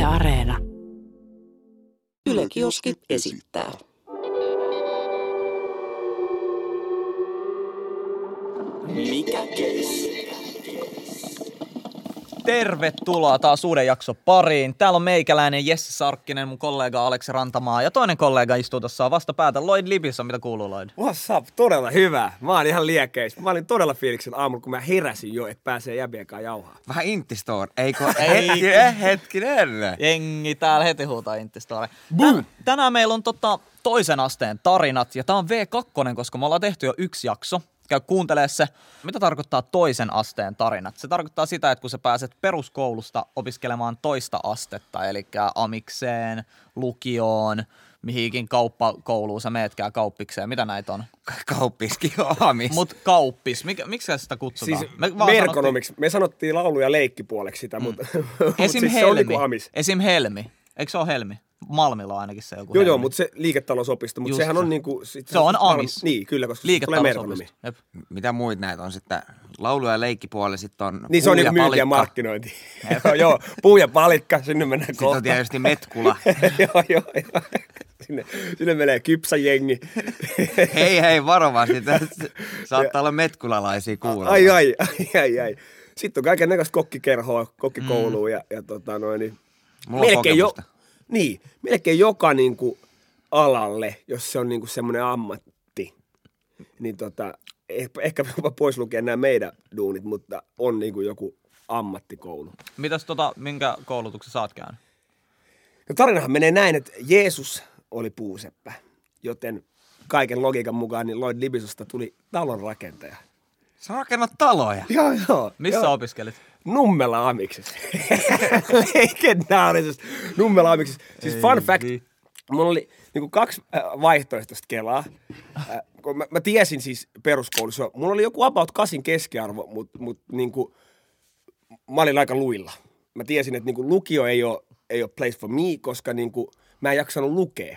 Areena. Yle Kioski esittää. Mikä kestää? Tervetuloa taas uuden jakson pariin. Täällä on meikäläinen Jesse Sarkkinen, mun kollega Aleksi Rantamaa ja toinen kollega istuu tuossa vastapäätä. Lloyd Libison, mitä kuuluu Lloyd? What's up? Todella hyvä. Mä oon ihan liekeis. Mä olin todella fiiliksen aamulla, kun mä heräsin jo, että pääsee jäbienkaan jauhaa. Vähän Intistoon. Eikö? Hetkinen. Jengi täällä heti huutaa Intistore. Tänään meillä on toisen asteen tarinat ja tää on V2, koska me ollaan tehty jo yksi jakso. Käy kuuntelee se. Mitä tarkoittaa toisen asteen tarinat? Se tarkoittaa sitä, että kun sä pääset peruskoulusta opiskelemaan toista astetta, eli amikseen, lukioon, mihinkin kauppakouluun sä meetkään kauppikseen. Mitä näitä on? Kauppiskin on amis. Mut kauppis. Miksi sitä kutsutaan? Siis merkonomiksi. Me sanottiin laulu- ja leikkipuoleksi sitä, mutta Esim. siis Helmi. se on niinku amis. Esim. Helmi. Eikö se ole Helmi? Malmilla on ainakin se joku Joo, Helmi. mutta se liiketalousopisto, mutta Just sehän se. on niinku... Se on amis. Niin, kyllä, koska se tulee merkonomi. Jep. Mitä muita näitä on sitten? Laulu- ja leikkipuoli sitten on Niin se on niinku myynti ja markkinointi. Joo, puu ja palikka, sinne mennään sitten kohta. on tietysti metkula. Joo. Sinne menee kypsäjengi. hei, varovasti. Saattaa olla metkulalaisia kuulla. Ai. Sitten on kaiken näköistä kokkikerhoa, kokkikoulua ja Mulla on kokemusta. melkein joka niinku alalle, jos se on niinku semmoinen ammatti, niin ehkä jopa pois lukea nämä meidän duunit, mutta on niinku joku ammattikoulu. Mitäs minkä koulutuksen sä oot käynyt? No tarinahan menee näin, että Jeesus oli puuseppä, joten kaiken logiikan mukaan niin Lloyd Libisosta tuli talonrakentaja. Sä rakennat taloja. Joo. Missä opiskelit? Nummela amiksessa. Legendaarisessa Nummela amiksessa. Siis fun fact, mulla oli niinku kaksi vaihtoehtoista kelaa. Kun mä tiesin siis peruskoulussa, mulla oli joku about 8 keskiarvo, mutta niinku, mä olin aika luilla. Mä tiesin, että niinku lukio ei ole place for me, koska niinku, mä en jaksanut lukea.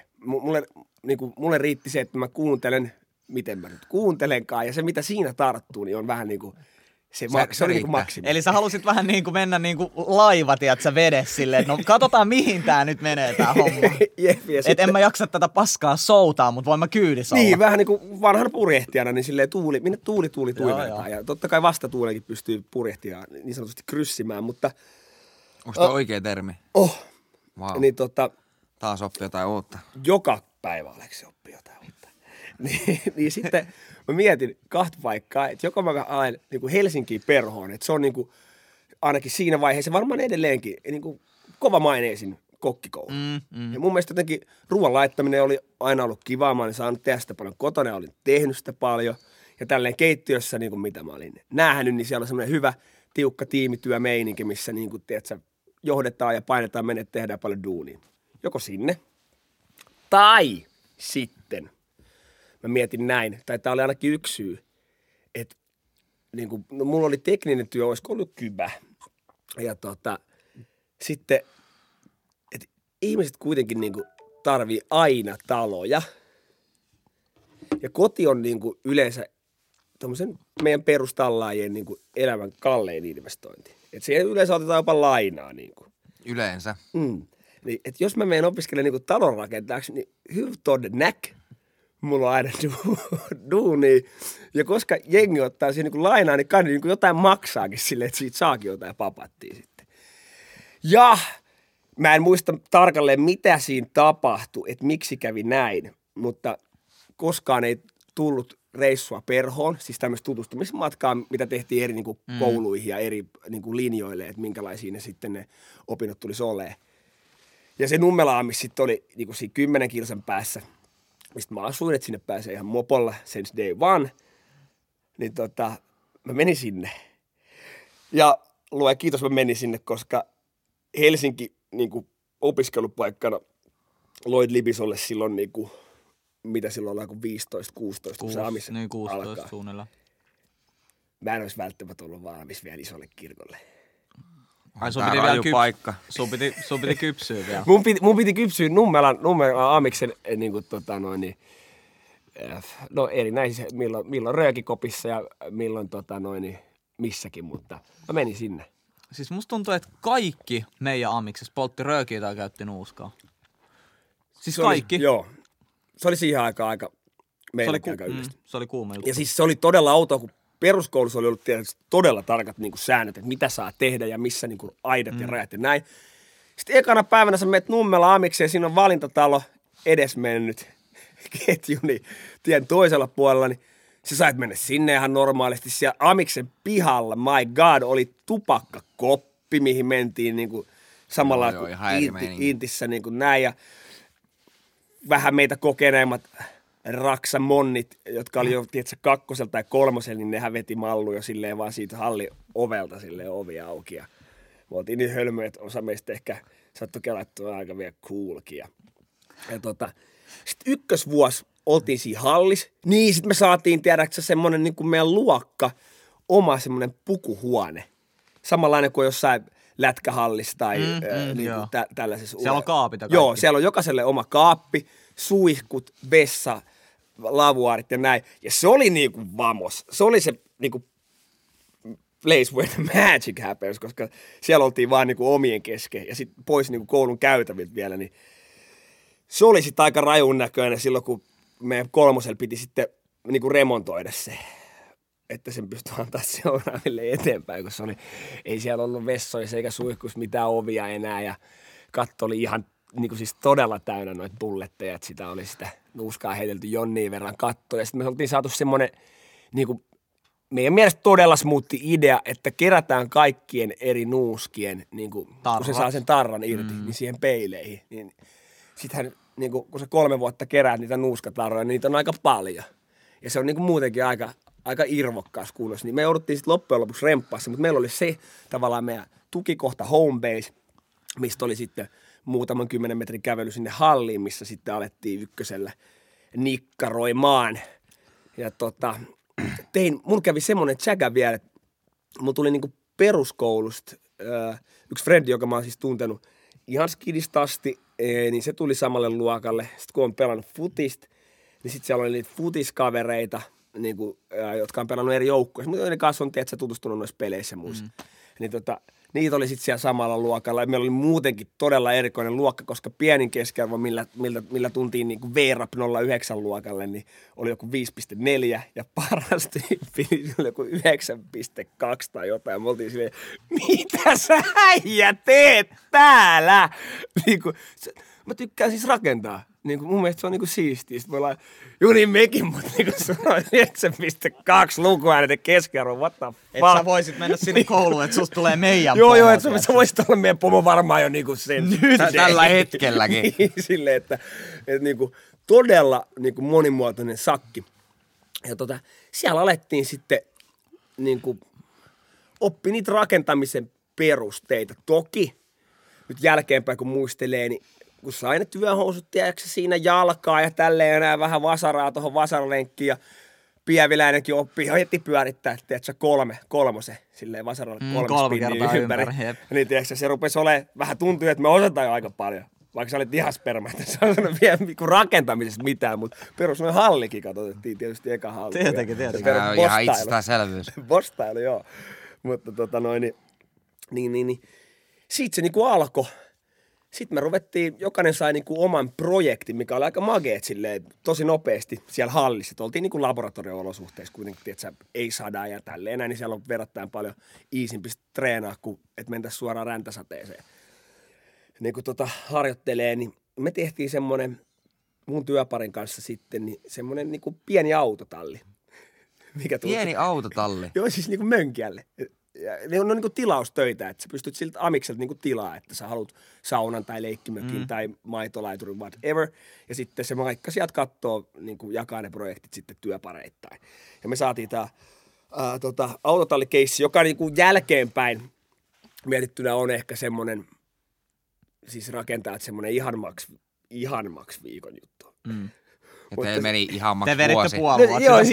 Mulle riitti se, että mä kuuntelen, miten mä nyt kuuntelenkaan, ja se mitä siinä tarttuu, niin on vähän niinku, se oli niinku maksimi. Eli sä halusit vähän niinku mennä niinku laiva, tiiätsä, vedes silleen, että no katsotaan mihin tää nyt menee tää homma. Että en mä jaksa tätä paskaa soutaa, mutta voin mä kyydissä olla. Niin, vähän niinku vanhan purjehtijana, niin silleen minne tuuli tuivertaa. Ja totta kai vastatuulenkin pystyy purjehtijaan niin sanotusti kryssimään, mutta... Onko tämä oikea termi? Wow. Niin taas oppii jotain uutta. Joka päivä Aleksi oppii jotain uutta. niin sitten mä mietin kahta paikkaa, että joko mä ajan niin Helsinkiin perhoon, että se on niin kuin, ainakin siinä vaiheessa varmaan edelleenkin niin kuin kova maineisin kokkikoulu. Ja mun mielestä jotenkin ruoan laittaminen oli aina ollut kivaa, mä olin saanut tehdä sitä paljon kotona ja olin tehnyt sitä paljon. Ja tälleen keittiössä, niin kuin mitä mä olin nähnyt, niin siellä on semmoinen hyvä, tiukka tiimityömeininki, missä niin kuin, tiedätkö, johdetaan ja painetaan menet, tehdään paljon duunia. Joko sinne, tai sitten, mä mietin näin, tai tää oli ainakin yksi syy, että niin kuin, no mulla oli tekninen työ, olisiko ollut kybä. Ja sitten, että ihmiset kuitenkin niin kuin tarvii aina taloja. Ja koti on niin kuin yleensä tommosen meidän perustallaajien niin kuin elämän kallein investointi. Että siihen yleensä otetaan jopa lainaa. Niin kuin. Yleensä. Niin, että jos mä menen opiskelemaan niin talonrakentajaksi, niin hyvä todennäk, mulla on aina duunia. Ja koska jengi ottaa siihen niin lainaa, niin kai niin jotain maksaakin silleen, että siitä saakin jotain papattia sitten. Ja mä en muista tarkalleen, mitä siinä tapahtui, että miksi kävi näin, mutta koskaan ei tullut reissua perhoon, siis tämmöistä tutustumismatkaa, mitä tehtiin eri niin kuin kouluihin ja eri niin kuin linjoille, että minkälaisia ne sitten ne opinnot tulisi olemaan. Ja se Nummelaamis sitten oli niin kuin siinä 10 kilsan päässä, mistä mä asuin, että sinne pääsee ihan mopolla since day one. Niin mä menin sinne. Ja lue kiitos, mä menin sinne, koska Helsinki niin kuin opiskelupaikkana Lloyd Libisolle silloin niin kuin, mitä silloin ollaan kuin 15, 16, kun se Amis niin 16 alkaa. suunnilleen. Mä en olisi välttämättä ollut valmis vielä isolle kirkolle. Ai sun piti vielä paikka. Sun piti kypsyä vielä. Mun piti kypsyä Nummelan Amiksen niin kuin, no erinäisissä, milloin röökikopissa ja milloin missäkin, mutta mä menin sinne. Siis musta tuntuu, että kaikki meidän amiksessa poltti röökiä tai käytti nuuskaa. Siis kaikki. Joo. Se oli siihen aikaan aika meilläkin aika yleistä. Se oli kuuma juttu. Ja siis se oli todella outoa, kun peruskoulussa oli ollut tietysti todella tarkat niin kuin säännöt, että mitä saa tehdä ja missä niin kuin aidat ja rajat ja näin. Sitten ekana päivänä sä menet Nummela amikseen, siinä on valintatalo edesmennyt ketju, niin tien toisella puolella, niin sä sait mennä sinne ihan normaalisti. Siellä amiksen pihalla, my god, oli tupakkakoppi, mihin mentiin niin kuin samalla kuin Intissä niin kuin näin. Ja vähän meitä kokeneemmat raksamonnit, jotka oli jo tietysti kakkosella tai kolmosella, niin nehän veti mallu jo silleen vaan siitä hallin ovelta silleen ovi auki. Ja me oltiin niin hölmöjä, että osa meistä ehkä saattoi kelattua aika vielä coolkia. Ja sitten ykkösvuosi oltiin siinä hallis. Niin, sitten me saatiin, tiedätkö semmoinen niin kuin meidän luokka, oma semmoinen pukuhuone. Samanlainen kuin jossain lätkähallissa tai niin kuin tällaisessa. Siellä on kaapit ja kaikki. Joo, siellä on jokaiselle oma kaappi, suihkut, vessa, lavuaarit ja näin. Ja se oli niin kuin vamos. Se oli se niin kuin place where the magic happens, koska siellä oltiin vaan niin kuin omien kesken ja sitten pois niin kuin koulun käytäviltä vielä, niin se oli sitten aika rajun näköinen silloin, kun meidän kolmosella piti sitten niin kuin remontoida se, että sen pystyi antaa seuraaville eteenpäin, koska ei siellä ollut vessoissa eikä suihkussa mitään ovia enää ja katto oli ihan niin kuin siis todella täynnä noita bulletteja, että sitä oli sitä nuuskaa heitelty jonniin verran kattoon ja sitten me oltiin saatu semmoinen niin kuin meidän mielestä todella smoothi idea, että kerätään kaikkien eri nuuskien, niin kuin, kun se saa sen tarran irti, niin siihen peileihin. Niin sittenhän, niin kuin, kun sä 3 vuotta keräät niitä nuuskatarroja, niin niitä on aika paljon. Ja se on niin kuin muutenkin aika irvokkaas kuulossa. Niin me jouduttiin sitten loppujen lopuksi remppassa, mutta meillä oli se tavallaan meidän tukikohta Homebase, mistä oli sitten muutaman 10 metrin kävely sinne halliin, missä sitten alettiin ykkösellä nikkaroimaan. Ja mun kävi semmoinen tsäkä vielä, että mulla tuli niinku peruskoulusta yksi frendi, joka mä oon siis tuntenut ihan skidista asti, niin se tuli samalle luokalle. Sitten kun on pelannut futista, niin sitten siellä oli niitä futiskavereita, niinku, jotka on pelannut eri joukkoissa. Mutta ne kanssa on tietysti tutustunut noissa peleissä muissa. Niin niitä oli sitten siellä samalla luokalla. Ja meillä oli muutenkin todella erikoinen luokka, koska pienin keskiarvo, millä tuntiin niin kuin VRAP 09 luokalle, niin oli joku 5,4 ja paras tyyppi oli joku 9,2 tai jotain. Ja me oltiin silleen, mitä sä äijä teet täällä? Niin kuin, mä tykkään siis rakentaa. Niin kuin, mun mielestä se on niin kuin siistiä. Sitten me ollaan, niin mekin, mutta niin se on 9,2 lukuäänet ja keskiarvo, what the fuck. Että sä voisit mennä sinne kouluun, että susta tulee meidän pomo. Joo, että sä voisit olla meidän pomo varmaan jo niinku sen. Nyt tällä hetkelläkin. Niin, silleen, että niinku todella niinku monimuotoinen sakki. Ja siellä alettiin sitten niinku oppi niitä rakentamisen perusteita. Toki nyt jälkeenpäin kun muistelee, niin kun sai ne työhousut, tiedätkö siinä jalkaa ja tälleen enää vähän vasaraa tuohon vasaralenkkiin ja pieviläinenkin oppii heti pyörittää, tiedätkö, kolmosen silleen vasaralla 3 kertaa ympäri. Niin tiedätkö, se rupesi olemaan, vähän tuntui, että me osataan jo aika paljon. Vaikka sä olit ihan sperma, että sä olet vielä rakentamisesta mitään, mutta perus noin hallikin katsotettiin tietysti eka halli. Tietenkin. Tämä on ihan itsestäänselvyys. Bostailu, joo. Mutta niin. Siitä se niinku alkoi. Sitten me ruvettiin, jokainen sai niinku oman projektin, mikä oli aika mageet silleen, tosi nopeasti siellä hallissa. Oltiin niinku laboratorio-olosuhteissa kuitenkin, että ei saada ja tälleen enää, niin siellä on verrattain paljon iisimpi treenaa, kuin että mentäisiin suoraan räntäsateeseen. Niin kun harjoittelee, niin me tehtiin semmoinen mun työparin kanssa sitten, niin semmoinen niinku pieni autotalli. Pieni autotalli? Joo, siis niinku mönkijälle. Ja ne on niinku tilaustöitä, että sä pystyt siltä amikselta niinku tilaa, että sä haluat saunan tai leikkimökin tai maitolaiturin, whatever. Ja sitten se Maikka sieltä kattoo, niinku jakaa ne projektit sitten työpareittain. Ja me saatiin tää autotallikeissi, joka niinku jälkeenpäin mietittynä on ehkä semmonen, siis rakentaa semmonen ihan maks viikon juttu. Teillä meni ihan maks vuosi. Te veditte puoli vuotta. Joo,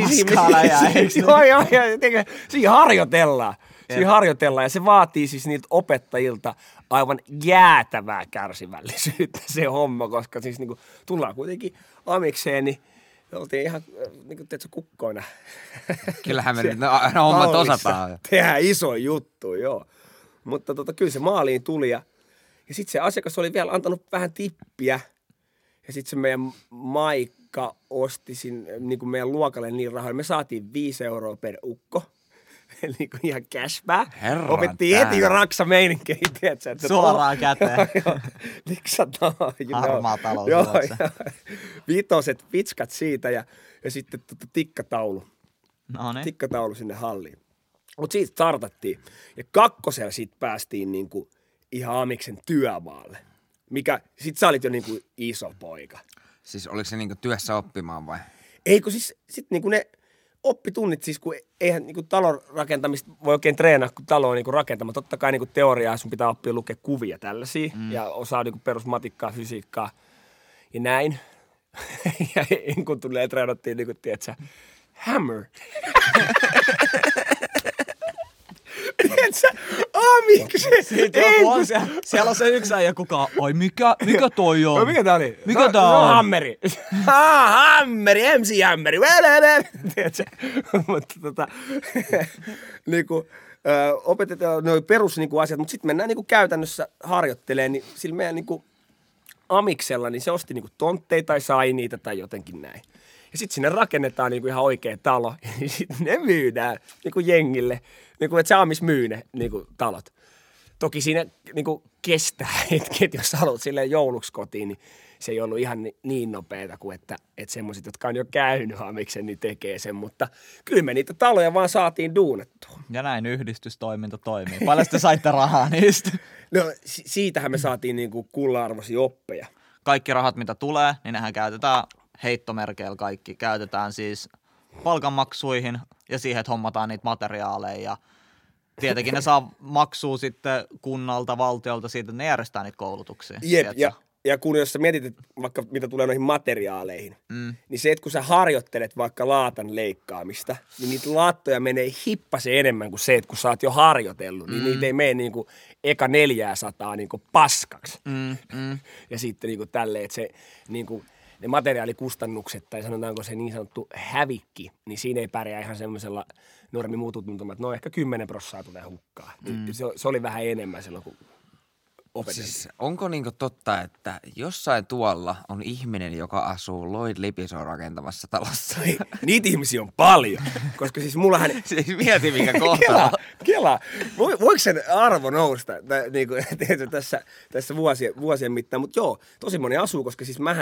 siinä harjoitellaan. Siinä harjoitellaan ja se vaatii siis niiltä opettajilta aivan jäätävää kärsivällisyyttä se homma, koska siis niinku tullaan kuitenkin amikseen, niin oltiin ihan niinku tiedätkö kukkoina. Kyllähän me nyt hommat osataan. Tehdään iso juttu, joo. Mutta kyllä se maaliin tuli ja sitten se asiakas oli vielä antanut vähän tippiä. Ja sitten se meidän Maikka osti niin kuin meidän luokalle niin rahoja. Me saatiin 5 euroa per ukko. Niin kuin ihan cashback. Opettiin heti jo raksameininkiä. Suoraan käteen. Liksataan. Harmaa talous. Vitoset vitskat siitä ja sitten tikkataulu. No niin. Tikkataulu sinne halliin. Mutta siitä startattiin. Ja 2. siitä päästiin niinku ihan amiksen työmaalle. Sit sä olit jo niinku iso poika. Siis oliko se niinku työssä oppimaan vai? Ei, kun siis sit niinku ne oppitunnit, siis kun eihän niinku talon rakentamista voi oikein treenaa, kun talo on niinku rakentama. Totta kai niinku teoriaa sun pitää oppia lukea kuvia tällaisia ja osaa niinku perusmatikkaa, fysiikkaa ja näin. Ja kun tulee treenattiin niinku, tiedätkö, hammer. Tiedätkö, miksi? Siellä on se yksi äijä kukaan. Ai mikä toi on? No mikä tää oli? Mikä tää on? Hammeri. Hammeri, MC-hammeri. Tiedätkö? Mutta niinku opetetaan nuo perus niinku asiat, mutta sitten mennään niinku käytännössä harjoittelemaan, niin sillä meidän niinku amiksella, niin se osti niinku tontteja tai sai niitä tai jotenkin näin. Ja sitten sinne rakennetaan niinku ihan oikea talo ja sitten ne myydään niinku jengille. Niinku, että se Amis myy ne niinku talot. Toki siinä niinku kestää hetki, että jos haluat silleen jouluksi kotiin, niin se ei ollut ihan niin nopeeta kuin että semmoiset, jotka on jo käynyt Amiksen, niin tekee sen. Mutta kyllä me niitä taloja vaan saatiin duunattua. Ja näin yhdistystoiminta toimii. Paljon te saitte rahaa niistä? No siitähän me saatiin niinku kulla-arvoisia oppeja. Kaikki rahat, mitä tulee, niin nehän käytetään heittomerkeillä kaikki. Käytetään siis palkanmaksuihin ja siihen, että hommataan niitä materiaaleja. Ja tietenkin ne saa maksua sitten kunnalta, valtiolta siitä, että ne järjestää niitä koulutuksia. Jep, ja kun jos sä mietit, että vaikka mitä tulee noihin materiaaleihin, niin se, että kun sä harjoittelet vaikka laatan leikkaamista, niin niitä laattoja menee hippasen enemmän kuin se, että kun sä oot jo harjoitellut, niin niitä ei mene niinku eka 400 niinku paskaksi. Ja sitten niinku tälleen, että se niinku ne materiaalikustannukset tai sanotaanko se niin sanottu hävikki, niin siinä ei pärjää ihan semmoisella normimuututuntumalla, että no ehkä 10% tulee hukkaa. Se oli vähän enemmän silloin, kun opeteltiin. Siis onko niinku totta, että jossain tuolla on ihminen, joka asuu Lloyd Lipisoon rakentamassa talossa? Niitä ihmisiä on paljon, koska siis mullahan... Siis mieti mikä kohtalo. Kela. Voiko sen arvo nousta niin kuin, tässä vuosien mittaan? Mutta joo, tosi moni asuu, koska siis mä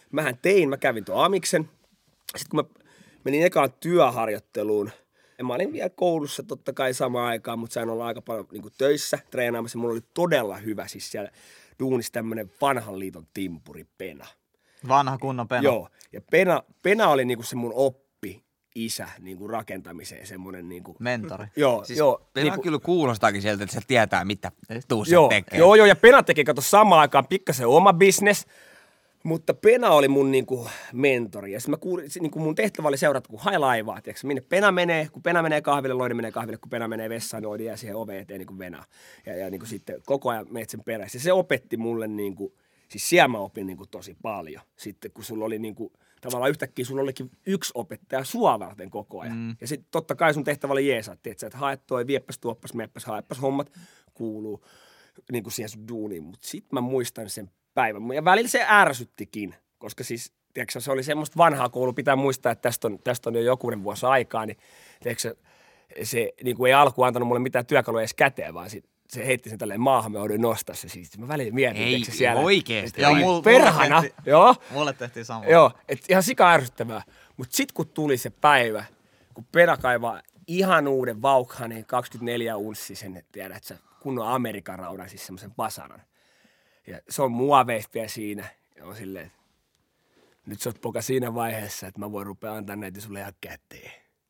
kävin tuon Amiksen. Sitten kun mä menin ekaan työharjoitteluun, ja mä olin vielä koulussa totta kai samaan aikaan, mutta sain olla aika paljon niin kuin töissä treenaamassa. Mulla oli todella hyvä siis siellä duunissa tämmönen vanhan liiton timpuri Pena. Vanha kunnon Pena. Joo, ja Pena oli niinku se mun oppi-isä niinku rakentamiseen, semmonen niinku... Mentori. Joo, Siis joo. Pena niinku, kyllä kuulostaakin sieltä, että se tietää, mitä tuussa tekee. Joo, ja Pena teki, kato, samaan aikaan pikkasen oma business, mutta Pena oli mun niinku mentori. Ja sitten mä kuulin, niinku mun tehtävä oli seurata, kun hae laivaa, tiiäks, minne Pena menee, kun Pena menee kahville, Loidi menee kahville, kun Pena menee vessaan, niin Loidi jää siihen oveen eteen niinku Venaa. Ja niinku sitten koko ajan meet sen perässä. Ja se opetti mulle niinku, siis siellä mä opin niinku tosi paljon. Sitten kun sulla oli niinku, tavallaan yhtäkkiä sulla olikin yksi opettaja sua varten koko ajan. Ja sitten totta kai sun tehtävä oli jeesaa, että haet toi, vieppäs, tuoppas, meeppäs, haeppas hommat, kuuluu niinku siihen sun duuniin. Mutta sit mä muistan sen päivän. Ja välillä se ärsyttikin, koska siis, tiedätkö, se oli semmoista vanhaa koulua, pitää muistaa, että tästä on jo jokunen vuosi aikaa, niin tiedätkö, se niin kuin ei alkuun antanut mulle mitään työkaluja edes käteen, vaan se heitti sen tälleen maahan, me joudun nostaa se siitä. Mä välillä mietin, ei siellä. oikeesti. Joo, perhana. Joo. Mulle tehtiin samaa. Joo, et ihan sika ärsyttävää. Mutta sit kun tuli se päivä, kun Pena kaivaa ihan uuden Vaukhanin 24 unssisen, tiedät sä, kunnon Amerikan raudan, siis semmoisen basaran. Ja se on muoveista vielä siinä. Ja on silleen, että nyt sä oot poka siinä vaiheessa, että mä voin rupea antaa näitä sulle ihan käteen.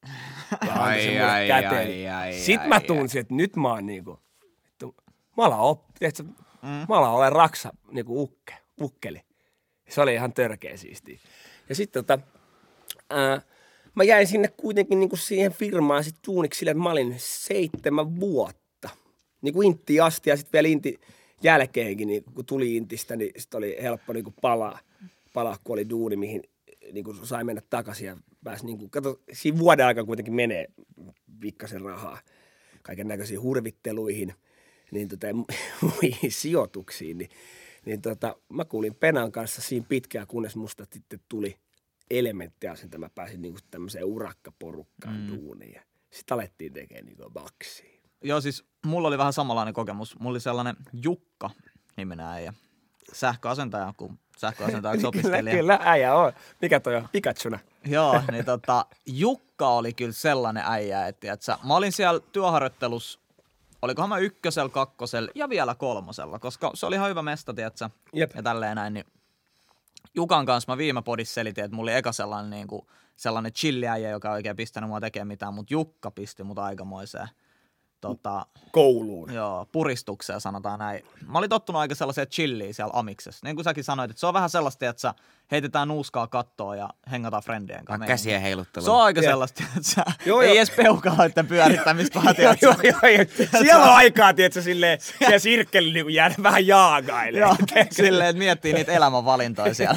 Ja antoi sen mulle käteen. Sitten mä tunsin, että nyt mä oon niinku, mä alan olen raksa niinku ukkeli. Se oli ihan törkeä siistiä. Ja sitten mä jäin sinne kuitenkin niinku siihen firmaan sit tuuniksi sille, että mä olin 7 vuotta. Niinku Intiin asti ja sitten vielä Inti jälkeenkin, niin kun tuli Intistä, niin sitten oli helppo niin kuin palaa, kun oli duuni, mihin niin kuin sai mennä takaisin ja pääsi, niin kuin, kato, siinä vuoden aikaa kuitenkin menee pikkasen rahaa kaiken näköisiin hurvitteluihin, niin muihin sijoituksiin, niin mä kuulin Penan kanssa siinä pitkään, kunnes musta sitten tuli elementtejä, että mä pääsin niinku tämmöiseen urakkaporukkaan duuniin. Sitten alettiin tekemään niinku baksia. Joo, siis mulla oli vähän samanlainen kokemus. Mulla oli sellainen Jukka-niminen äijä. Sähköasentaja, kun sähköasentajaksi opiskelija. Kyllä, äijä on. Mikä toi on? Pikachuna. Joo, niin Jukka oli kyllä sellainen äijä, että mä olin siellä työharjoittelussa, olikohan mä 1., 2. ja vielä 3, koska se oli ihan hyvä mesta, tietsä, ja tälleen näin, niin Jukan kanssa mä viime podissa selitin, että mulla oli eka sellainen, niin kuin, sellainen chilliäijä, joka ei oikein pistänyt mua tekemään mitään, mutta Jukka pisti mut aikamoiseen kouluun. Joo, puristukseen sanotaan näin. Mä olin tottunut aika sellaiseen chilliin siellä amiksessa. Niin kuin säkin sanoit, että se on vähän sellaista, että sä heitetään nuuskaa kattoon ja hengataan friendien kanssa. Käsiä heiluttelua. Se on aika sellaista, että sä ei edes peukaloiden pyörittämistä vaan, tiedätkö? Joo. Siellä on aikaa, tiedätkö, silleen, siellä sirkkelillä niin jäädä vähän jaagailemaan. Joo, silleen, että miettii niitä elämänvalintoja siellä.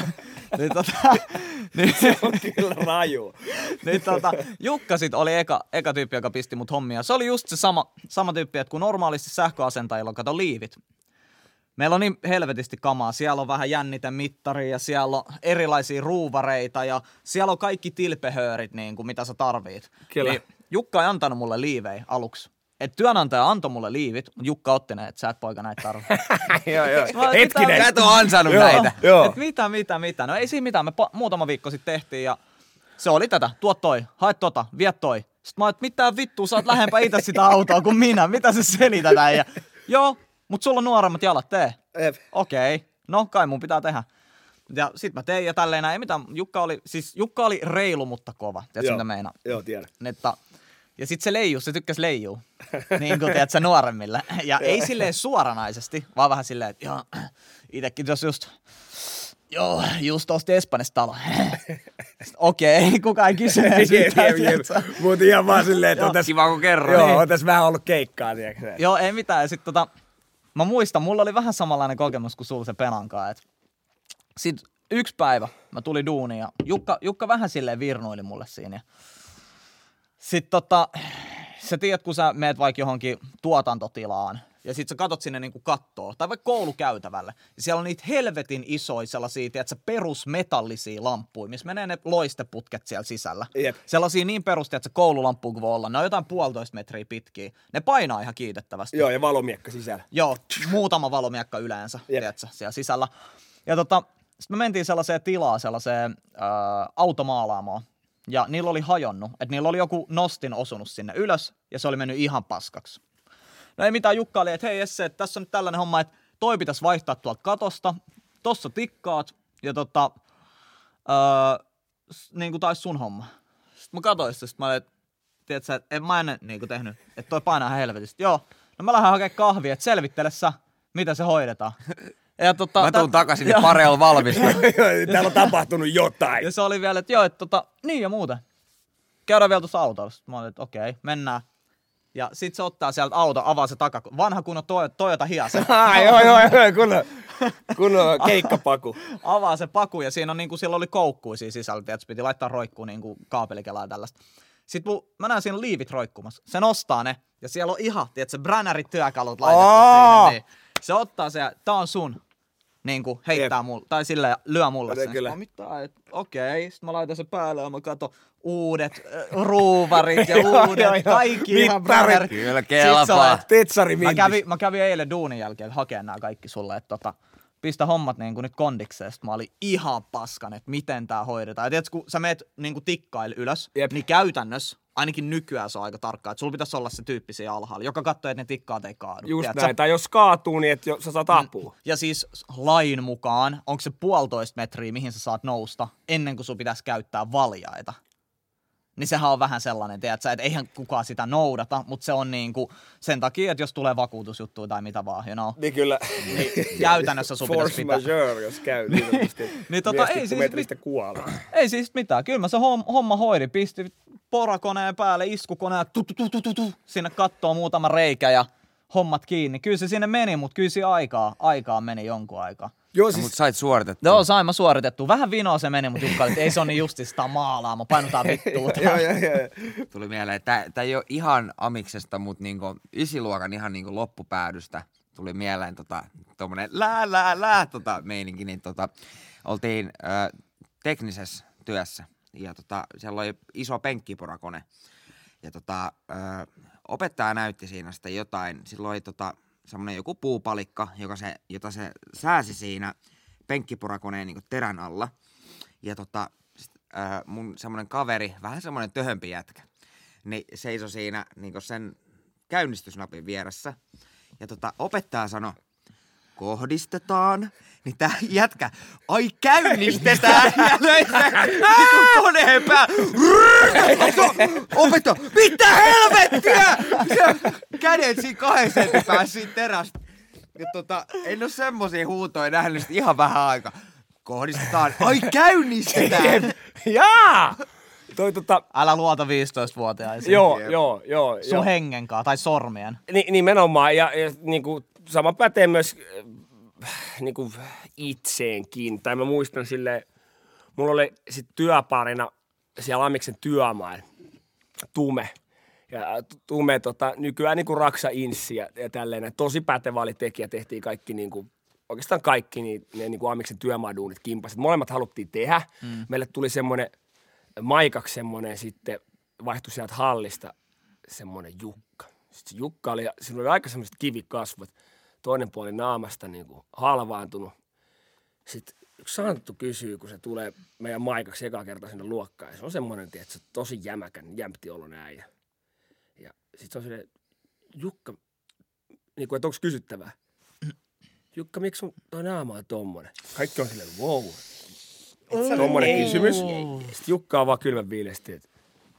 Niin, se on kyllä raju. Niin Jukka sit oli eka tyyppi, joka pisti mut hommia. Se oli just se sama tyyppi, että kun normaalisti sähköasentajilla on kato liivit. Meillä on niin helvetisti kamaa. Siellä on vähän jännitemittari ja siellä on erilaisia ruuvareita ja siellä on kaikki tilpehöörit, niin kuin mitä sä tarvit. Kyllä. Niin Jukka ei antanut mulle liivejä aluksi. Et työnantaja antoi mulle liivit, mutta Jukka otti ne, että sä et poika näitä tarvitse. Joo. Hetkinen. Sä et oo ansainnut näitä. Joo. Et mitä? No ei siinä mitään. Me muutama viikko sitten tehtiin ja se oli tätä. Tuo toi, hae vie toi. Sitten mä oon, että mitä vittua, sä oot lähempää itse sitä autoa kuin minä. Mitä se selität? Ja joo, mutta sulla on nuoremmat jalat, tee. Okei. No kai mun pitää tehdä. Ja sit mä tein ja tälleen näin. Ei mitään. Jukka oli reilu, mutta kova. Tiedätkö mitä meinaa? Joo, tiedän. Ja sit se tykkäsi leijuu. Niin kuin tiedät sä nuoremmille. Ja ei silleen suoranaisesti, vaan vähän silleen, että joo, itekin just osti Espanjasta talo. Okei, kukaan ei kysynyt siitä. Mutta ihan vaan silleen, että on tässä kiva kun kerran. Joo, on tässä vähän ollut keikkaa, tiedätkö? Joo, ei mitään. Ja sit mä muistan, mulla oli vähän samanlainen kokemus kuin sulla se Penankaan. Sitten yksi päivä mä tulin duuniin ja Jukka vähän silleen virnuili mulle siinä. Sitten sä tiedät, kun sä meet vaikka johonkin tuotantotilaan ja sit sä katot sinne niinku kattoo tai vaikka koulukäytävälle. Ja siellä on niitä helvetin isoja sellaisia, tiedät sä, perusmetallisia lamppuja, missä menee ne loisteputket siellä sisällä. Jep. Sellaisia niin perusteet, että se koululamppu voi olla. Ne on jotain 1,5 metriä pitkiä. Ne painaa ihan kiitettävästi. Joo, ja valomiekka sisällä. Joo, muutama valomiekka yleensä, tiedätkö, siellä sisällä. Ja sitten me mentiin sellaiseen tilaan, sellaiseen automaalaamoon. Ja niillä oli hajonnut, että niillä oli joku nostin osunut sinne ylös, ja se oli mennyt ihan paskaksi. No ei mitään, Jukka oli, että hei Jesse, että tässä on nyt tällainen homma, että toi pitäisi vaihtaa tuolta katosta, tossa tikkaat, ja niin kuin taisi sun homma. Sitten mä katsoin sitä, mä olin, että tiedätkö, että en mä ennen niin kuin tehnyt, että toi painaa ihan helvetistä. Joo, no mä lähden hakemaan kahvia, että selvittele sä, miten se hoidetaan. Ja mä tuun takaisin, niin pare on valmista. Täällä on tapahtunut jotain. Ja se oli vielä, että joo, että niin ja muuten. Käydään vielä tuossa autossa. Mä olin, että okei, mennään. Ja sit se ottaa sieltä auto, avaa se vanha kunnon Toyota Hiace. Joo, kunnon keikkapaku. Avaa se paku ja siinä on niinku, siellä oli koukkuisia sisällä, että piti laittaa roikkuun niinku kaapelikelaa ja tällaista. Sitten mä näen siinä liivit roikkumassa. Se nostaa ne ja siellä on ihan, tiedätkö, bränärit työkalut laitettu siihen. Niin. Se ottaa se ja tää on sun. Niinku heittää mulle, tai silleen lyö mulle sen. Okei. Sitten mä laitan sen päälle ja mä katson uudet ruuvarit ja uudet, kaikki ihan bränärit. Kyllä kelpaa. Tetsari mä kävin eilen duunin jälkeen hakemaan nämä kaikki sulle, että pistä hommat niinku nyt kondikseen. Sitten mä olin ihan paskan, että miten tää hoidetaan. Ja tiedätkö, kun sä meet niinku tikkail ylös, niin käytännössä ainakin nykyään se on aika tarkkaa, että sulla pitäisi olla se tyyppi siellä alhaalla, joka katsoo, että ne tikkaat ei kaadu. Just näin, tai jos kaatuu, niin että sä saat apua. Ja siis lain mukaan, onko se 1,5 metriä, mihin sä saat nousta, ennen kuin sun pitäisi käyttää valjaita. Niin sehän on vähän sellainen, tiedätkö, että eihän kukaan sitä noudata, mutta se on niinku sen takia, että jos tulee vakuutusjuttuja tai mitä vaan, you know. Niin kyllä. Niin käytännössä sun pitäisi pitää. Force majeure, jos käy. Niin ei siis metristä kuolee. Ei siis mitään. Kyllä mä se homma hoidin. Pisti porakoneen päälle, iskukoneen, sinne kattoo muutama reikä ja hommat kiinni. Kyllä se sinne meni, mutta kyllä siinä aikaa meni jonkun aikaa. Joo, siis... Mutta sait suoritettua. Joo, sain mä suoritettua. Vähän vinoa se meni, mutta Jukka oli, että ei se ole niin justi sitä maalaa. Mä painutaan vittuuta. Joo. Tuli mieleen, että tää ei ole ihan amiksesta, mutta niinku ysiluokan ihan niinku loppupäädystä tuli mieleen tommonen meininki, niin oltiin teknisessä työssä ja siellä oli iso penkkiporakone ja opettaja näytti siinä sitten jotain, silloin oli semmoinen joku puupalikka, jota se sääsi siinä penkkiporakoneen niinku terän alla ja mun semmoinen kaveri, vähän semmoinen töhömpi jätkä, niin seisoi siinä niinku sen käynnistysnapin vieressä. Ja opettaja sanoi, kohdistetaan, niin tää jätkä, ai käynnistetään, ja löi sen koneen päälle. Opettaja, mitä helvettiä! Kädet siinä 2 sentin päässä siitä terästä. Ja en oo semmosia huutoja nähnyt ihan vähän aikaa. Kohdistetaan, ai käynnistetään! Jaa! Älä luota 15-vuotiaisiin. Joo. Sun hengenkaan tai sormien. Nimenomaan. Ja niinku, sama pätee myös niinku itseenkin. Tai mä muistan silleen, mulla oli sit työparina siellä Amiksen työmailla Tume. Ja Tume nykyään niinku Raksa Inssi ja tälleen. Tosi pätevä oli tekijä. Tehtiin kaikki niinku, oikeastaan kaikki ne niinku Amiksen työmaaduunit kimpasit. Molemmat haluttiin tehdä. Meille tuli semmoinen Maikaksi semmoinen sitten vaihtui sieltä hallista semmoinen Jukka. Sitten Jukka oli, sillä oli aika semmoiset kivikasvot, toinen puoli naamasta niin kuin halvaantunut. Sitten yksi Santtu kysyy, kun se tulee meidän Maikaksi eka kerta sinne luokkaan. Ja se on semmoinen, että se on tosi jämpti olo äijä. Ja sitten se on silleen, Jukka, niin kuin, että onko kysyttävää? Jukka, miksi sun toi naama on tommonen? Kaikki on silleen, wow. Tommonen kysymys. Sitten Jukka on vaan kylmän viileesti, että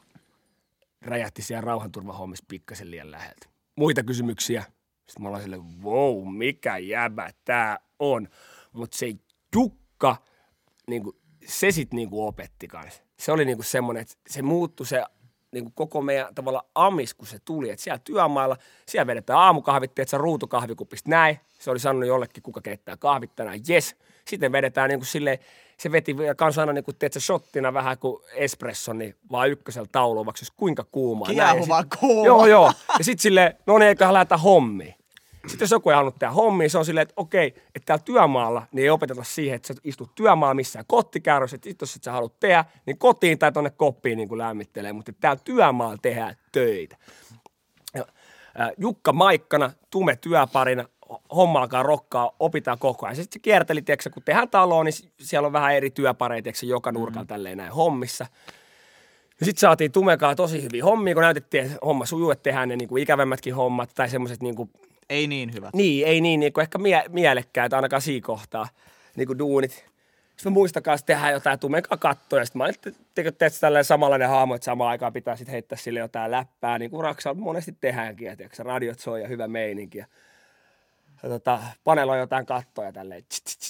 räjähti siellä rauhanturvahommissa pikkasen liian läheltä. Muita kysymyksiä. Sitten mä ollaan silleen, wow, mikä jäbä tää on. Mutta se Jukka, niinku, se sit niinku opetti kanssa. Se oli niinku semmonen, että se muuttui se niinku koko meidän tavalla amis, kun se tuli. Että siellä työmailla, siellä vedetään aamukahvit, teetsä ruutukahvikupista näin. Se oli sanonut jollekin, kuka keittää kahvit tänään, jes. Sitten vedetään niinku silleen, se veti kans aina niinku, teetsä shottina vähän kuin espresso, niin vaan ykkösellä tauluun, vaikka olisi kuinka kuumaa. Kiehuva kuuma. Joo. Ja sit silleen, no niin, eiköhän lähdetä hommiin. Sitten jos joku ei halunnut tehdä hommia, se on silleen, että okei, että täällä työmaalla niin ei opeteta siihen, että sä istut työmaalla missään kottikärryssä, että jos et sä haluat tehdä, niin kotiin tai tonne koppiin niin kuin lämmittelee, mutta täällä työmaalla tehdään töitä. Ja, Jukka Maikkana, Tume työparina, homma alkaa rokkaa, opitaan koko ajan. Sitten se kierteli, tiiäksä, kun tehdään taloa, niin siellä on vähän eri työpareja, tiiäksä, joka nurkalla tälleen näin hommissa. Ja sitten saatiin Tumekaan tosi hyviä hommia, kun näytettiin, että homma sujuu, että tehdään ne niin kuin ikävämmätkin hommat tai semmoiset niin kuin ei niin hyvät. Niin, ei niin kuin ehkä mielekkäitä ainakaan siinä kohtaa, niin kuin duunit. Sitten mä muistan kanssa tehdä jotain Tumekaan kattoja. Sitten mä olin, että teet tällainen samanlainen hahmo, että samaan aikaan pitää sitten heittää sille jotain läppää, niin kuin Raksalta monesti tehdäänkin. Että radiot soi ja hyvä meininki. Ja paneloi jotain kattoja tälleen.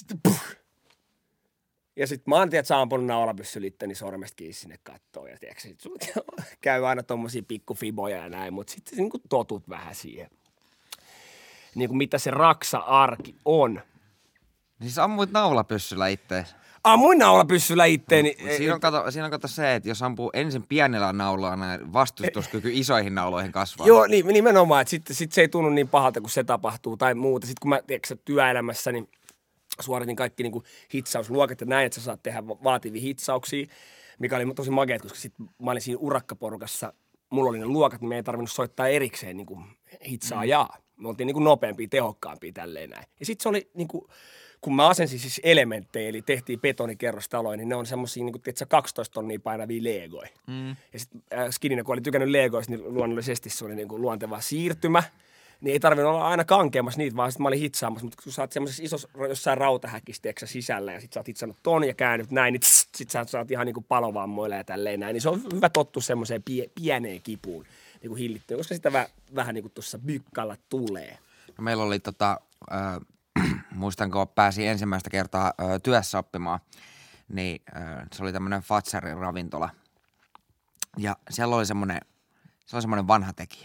Ja sitten mä oon tiedä, että sä ampunut naulapyssy litteni sormesta kiinni sinne kattoon. Ja tiedätkö, sit käy aina tommosia pikkufiboja ja näin, mutta sitten niin kuin totut vähän siihen. Niin kuin mitä se Raksa-arki on. Siis ammuit naulapyssyllä ittees? Ammuin naulapyssyllä itteeni. Siinä on kato se, että jos ampuu ensin pienellä naulalla, niin vastustuskyky isoihin nauloihin kasvaa. Joo, nimenomaan. Että sit se ei tunnu niin pahalta, kun se tapahtuu tai muuta. Sitten kun mä työelämässä, niin suoritin kaikki niin kuin hitsausluokat ja näin, että sä saat tehdä vaativia hitsauksia, mikä oli tosi makeet, koska sit mä olin siinä urakkaporukassa, mulla oli ne luokat, niin me ei tarvinnut soittaa erikseen niin kuin hitsaajaa. Me oltiin niin kuin nopeampia, tehokkaampia tälleen näin. Ja sitten se oli niin kuin, kun mä asensin siis elementtejä, eli tehtiin betonikerrostaloja, niin ne on semmosia niin kuin, tiedätkö, 12 tonnia painavia legoja. Ja sitten Skininen, kun oli tykännyt legoista, niin luonnollisesti se oli niin kuin luonteva siirtymä. Niin ei tarvinnut olla aina kankeamassa niitä, vaan sitten mä olin hitsaamassa. Mutta kun sä oot semmoisessa isossa jossain rautahäkissä sisällä ja sit sä oot hitsannut ton ja käännyt näin, niin sit sä oot ihan niinku palovammoilla ja tälleen näin. Niin se on hyvä tottua semmoiseen pieneen kipuun niinku hillittyä, koska sitä vähän niinku tuossa bykkalla tulee. No meillä oli muistan kun pääsin ensimmäistä kertaa työssä oppimaan, niin se oli tämmönen Fatsarin ravintola. Ja siellä oli semmoinen vanha tekijä.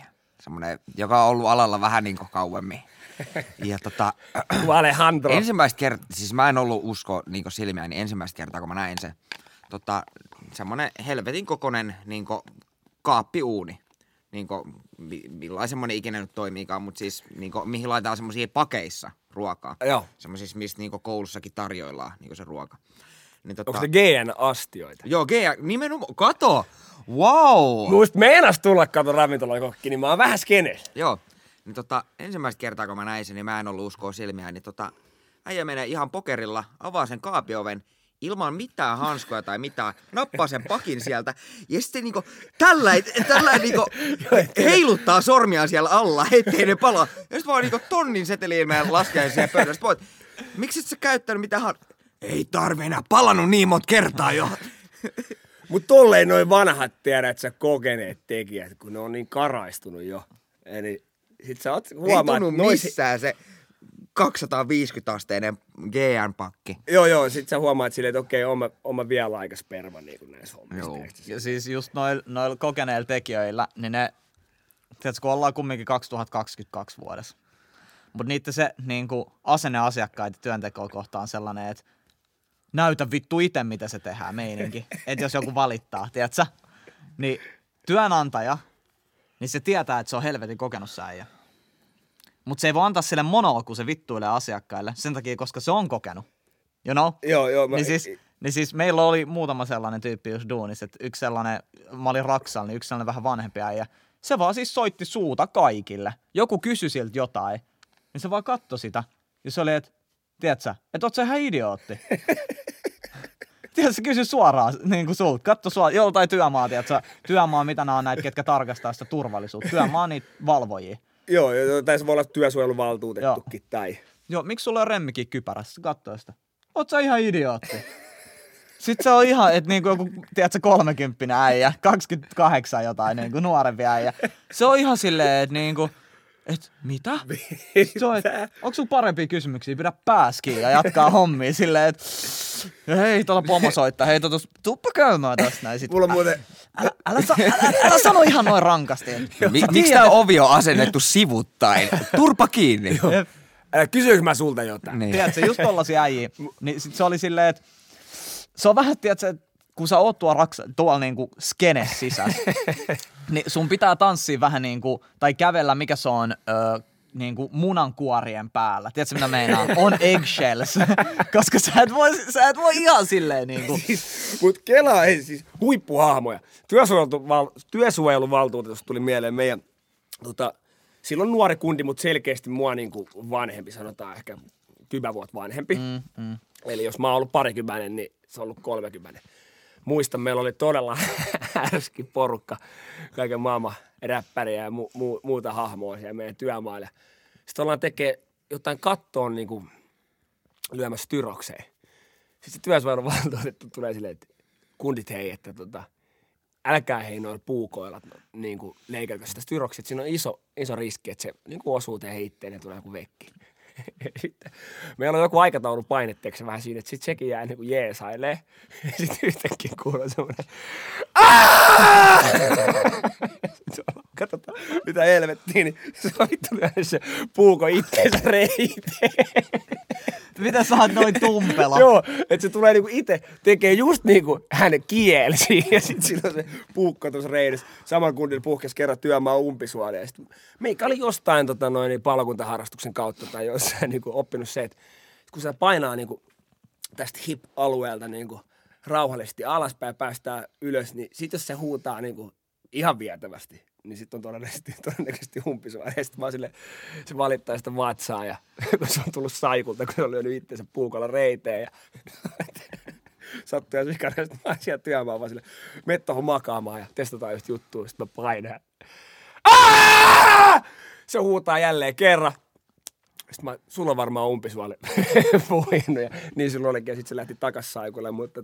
semmoinen, joka on ollut alalla vähän niin kuin kauemmin. Ja Alejandro. ensimmäistä kertaa, siis mä en ollut usko niin silmiä, niin ensimmäistä kertaa kun mä näin sen, semmoinen helvetin kokoinen niin kaappiuuni. Niin millainen semmoinen ikinä nyt toimiikaan, mutta siis niin mihin laitetaan semmoisia pakeissa ruokaa. Joo. Semmoisissa, mistä niin koulussakin tarjoillaan niin se ruoka. Niin, Onko se GN-astioita? Joo, nimenomaan. Kato! Wow! Muista meinas tulla ravintolakokki, niin mä oon vähän skeneessä. Joo. Niin ensimmäistä kertaa kun mä näin sen, niin mä en ollut uskoa silmiä, niin äijä menee ihan pokerilla, avaa sen kaapioven, ilman mitään hanskoja tai mitään, nappaa sen pakin sieltä ja sitten niinku tällä niinku heiluttaa sormiaan siellä alla, ettei ne palaa. Ja sitten vaan niinku tonnin seteliin meidän laskiaisia pöydästä pois. Miksi et sä käyttänyt mitään Ei tarvi enää palannut niin monta kertaa jo. Mut tolleen noin vanhat tiedät sä kokeneet tekijät, kun ne on niin karaistunut jo. Eli sit sä oot huomaat... Ei tunnu missään se 250-asteinen GN-pakki. Joo, sit sä huomaat silleen, että okei, oon mä vielä aika sperma niin kuin näissä hommissa. Ja siis just noilla kokeneilla tekijöillä, niin ne, tiedätkö, kun ollaan kumminkin 2022 vuodessa. Mutta niitä se niinku asenne asiakkaita työntekoa kohtaan sellainen, että näytä vittu itse, mitä se tehdään meininki. Että jos joku valittaa, tiedätkö? Niin työnantaja, niin se tietää, että se on helvetin kokenut se äijä. Mutta se ei voi antaa sille monoa, kun se vittuilee asiakkaille. Sen takia, koska se on kokenut. You know? Joo. Niin siis meillä oli muutama sellainen tyyppi just duunissa, että yksi sellainen, mä olin Raksalla, niin yksi sellainen vähän vanhempi äijä. Se vaan siis soitti suuta kaikille. Joku kysyi siltä jotain, niin se vaan katsoi sitä. Ja se oli, että tiedätkö, että oot sä ihan idiootti. Tiedätkö, se kysyi suoraan niin kuin sulta. Katso suoraan, joltain työmaa, tiedätkö, työmaa, mitä nämä on näitä, ketkä tarkastaa sitä turvallisuutta. Työmaa on niitä valvojia. Joo, tai se voi olla työsuojeluvaltuutettukin tai... Joo, miksi sulla on remmikin kypärässä? Katso sitä. Oot sä ihan idiootti? Sitten se on ihan, että niinku joku, tiedätkö, 30 äijä, 28 jotain, niinku nuorempi äijä. Se on ihan silleen, että niinku, että mitä? Se on, että onko sulla parempia kysymyksiä? Pidä pääskiin ja jatkaa hommia silleen, että hei, tuolla pomo soittaa, hei, tuppa käymään tästä näin. Mulla on muuten... Älä sano ihan noin rankasti. Miksi tää ovi on asennettu sivuttain? Turpa kiinni. Kysyykö mä sulta jotain? Niin. Tiedätkö, just tollasia äijiä. Niin sit se oli silleen, että se on vähän, tiedätkö, kun sä oot tuolla niinku skene sisässä, niin sun pitää tanssia vähän niinku, tai kävellä, mikä se on, niinku munankuorien päällä. Tiedätkö, mitä meinaan? On eggshells. Koska sä et voi ihan silleen niinku. Mut Kela ei siis huippuhahmoja. Työsuojeluvaltuutetusta tuli mieleen meidän, silloin nuori kundi, mutta selkeästi mua niinku vanhempi, sanotaan ehkä 10 vuotta vanhempi. Eli jos mä oon ollut 20, niin se on ollut 30. Muistan, meillä oli todella härski porukka, kaiken maailman räppäriä ja muuta hahmoa siellä meidän työmailla. Sitten ollaan tekee jotain kattoon niin kuin lyömässä tyrokseen. Sitten se työsuojeluvaltuutettu tulee silleen, että kundit hei, että älkää hei noilla puukoilla niin kuin leikelkö sitä tyroksea. Siinä on iso riski, että se niin kuin osuu teidän itteen ja tulee joku vekki. Sitten meillä on joku aikataulu painetteeksi vähän siinä, että sitten sekin jää niin kuin jeesailee. Ja sitten yhtäkkiä kuuluu semmoinen katsotaan, mitä helvettiin, niin se on vittu lyönyt se puuko itteensä reiteen. Mitä sä oot noin tumpela? Joo, että se tulee niinku itse, tekee just niinku hänen kielsi ja sitten siinä on se puukko tuossa reidessä. Saman kundin puhkesi kerran työmaa umpisuolia. Ja sitten meikä oli jostain palokuntaharrastuksen kautta tai jossain niinku oppinut se, että kun se painaa niinku tästä hip-alueelta niinku rauhallisesti alaspäin päästään ylös, niin sit jos se huutaa niinku ihan vietävästi, niin sitten on todennäköisesti umpisuolia. Ja sitten vaan silleen, se valittaa sitä vatsaa ja kun se on tullut saikulta, kun se on lyönyt itseensä puukolla reiteen ja sattuu ja vikana. Sitten mä oon siellä työmaan vaan silleen, mene tohon makaamaan ja testataan just juttua. Sitten mä painan. Se huutaa jälleen kerran. Sitten sulla on varmaan umpisuoli puhinut ja niin sulla olikin. Ja sitten se lähti takas saikulle, mutta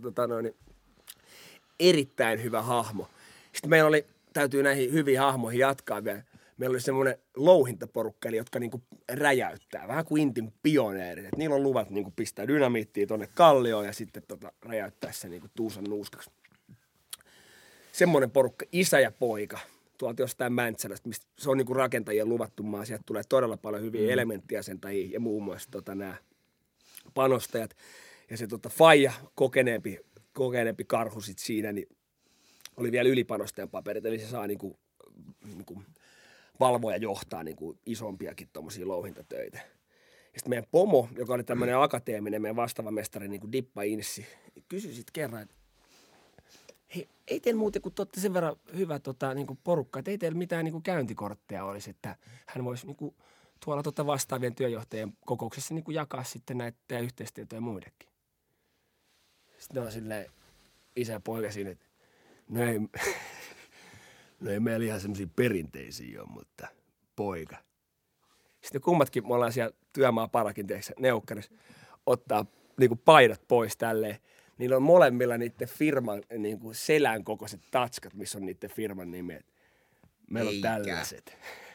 erittäin hyvä hahmo. Sitten meillä oli, täytyy näihin hyviin hahmoihin jatkaa vielä. Meillä oli semmoinen louhintaporukka, eli jotka niinku räjäyttää, vähän kuin Intin pioneerit. Et niillä on luvat niinku pistää dynamiittia tonne kallioon ja sitten räjäyttää se niinku tuusan nuuskaksi. Semmoinen porukka, isä ja poika, tuolta jostain Mäntsälästä, mistä se on niinku rakentajien luvattu maa. Sieltä tulee todella paljon hyviä elementtiasentajia ja muun muassa nämä panostajat. Ja se faija, kokeneempi karhu sit siinä, niin oli vielä ylipanostajan paperit, eli se saa niinku valvoja johtaa niinku isompiakin tommosia louhintatöitä. Ja sitten meidän pomo, joka oli tämmöinen akateeminen, meidän vastaava mestari, niin Dippa Inssi, kysyi sitten kerran, että hei, ei teillä muuten, kun te olette sen verran hyvä niin porukka, että ei teillä mitään niin käyntikortteja olisi, että hän voisi niin tuolla vastaavien työjohtajien kokouksessa niin jakaa sitten näitä yhteistyötä muidenkin. Sitten on silleen isä ja poika siinä, että no ei meillä ihan semmoisia perinteisiä ole, mutta poika. Sitten kummatkin, me ollaan siellä työmaaparakin neukkarissa, ottaa niinku paidat pois tälleen. Niillä on molemmilla niiden firman niinku selän kokoiset tatskat, missä on niiden firman nimet. Meillä on tällaiset.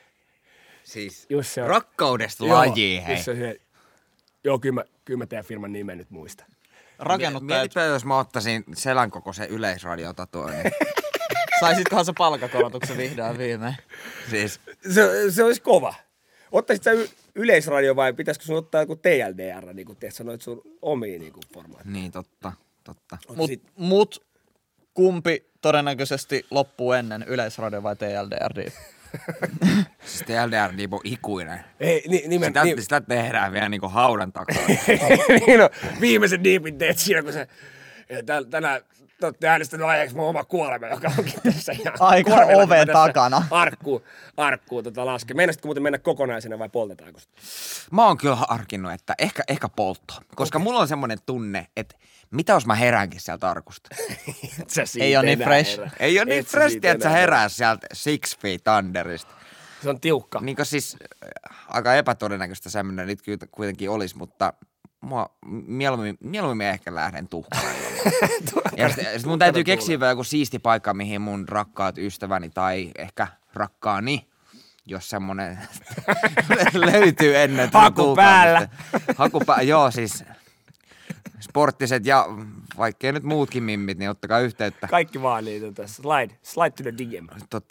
Siis se on, rakkaudesta lajiin, hei. Joo, kyllä mä teidän firman nimen nyt muistan. Rakennuttajat. Mietipä, jos mä ottaisin selän kokoisen yleisradiotatuoinnin. Saisitkohan se palkakorotuksen vihdoin viimein? Siis. Se olisi kova. Ottaisit sä yleisradio vai pitäisikö sun ottaa joku TLDR, niin kuin teet sanoit sun omia niin formaatteja? Niin, totta. Mut kumpi todennäköisesti loppuu ennen, Yleisradio vai TLDR? Siis TLDR on ikuinen. Ei, sitä tehdään vielä niinku haudan takaa. Niin on, viimeisen diipin teet siinä, kun se tänään te olette äänestänyt aiheeksi mun oma kuolema, joka onkin tässä ihan aika oven takana. Arkkuun laske. Meinaisitko muuten mennä kokonaisena vai poltetaanko sitä? Mä oon kyllä harkinnut, että ehkä poltto. Koska mulla on semmoinen tunne, että mitä jos mä heräänkin sieltä arkusta? Ei ole niin fresh. Ei ole niin fresh, että sä herää sieltä 6 Feet Underista. Se on tiukka. Niin kuin siis aika epätodennäköistä semmoinen nyt kuitenkin olisi, mutta mieluummin ehkä lähden tuhkaan. Ja sit mun täytyy keksiä joku siisti paikka, mihin mun rakkaat ystäväni tai ehkä rakkaani, jos semmonen löytyy ennen. Haku päällä. Joo, siis sporttiset ja vaikkei nyt muutkin mimmit, niin ottakaa yhteyttä. Kaikki vaan niitä tässä. Slide to the DM.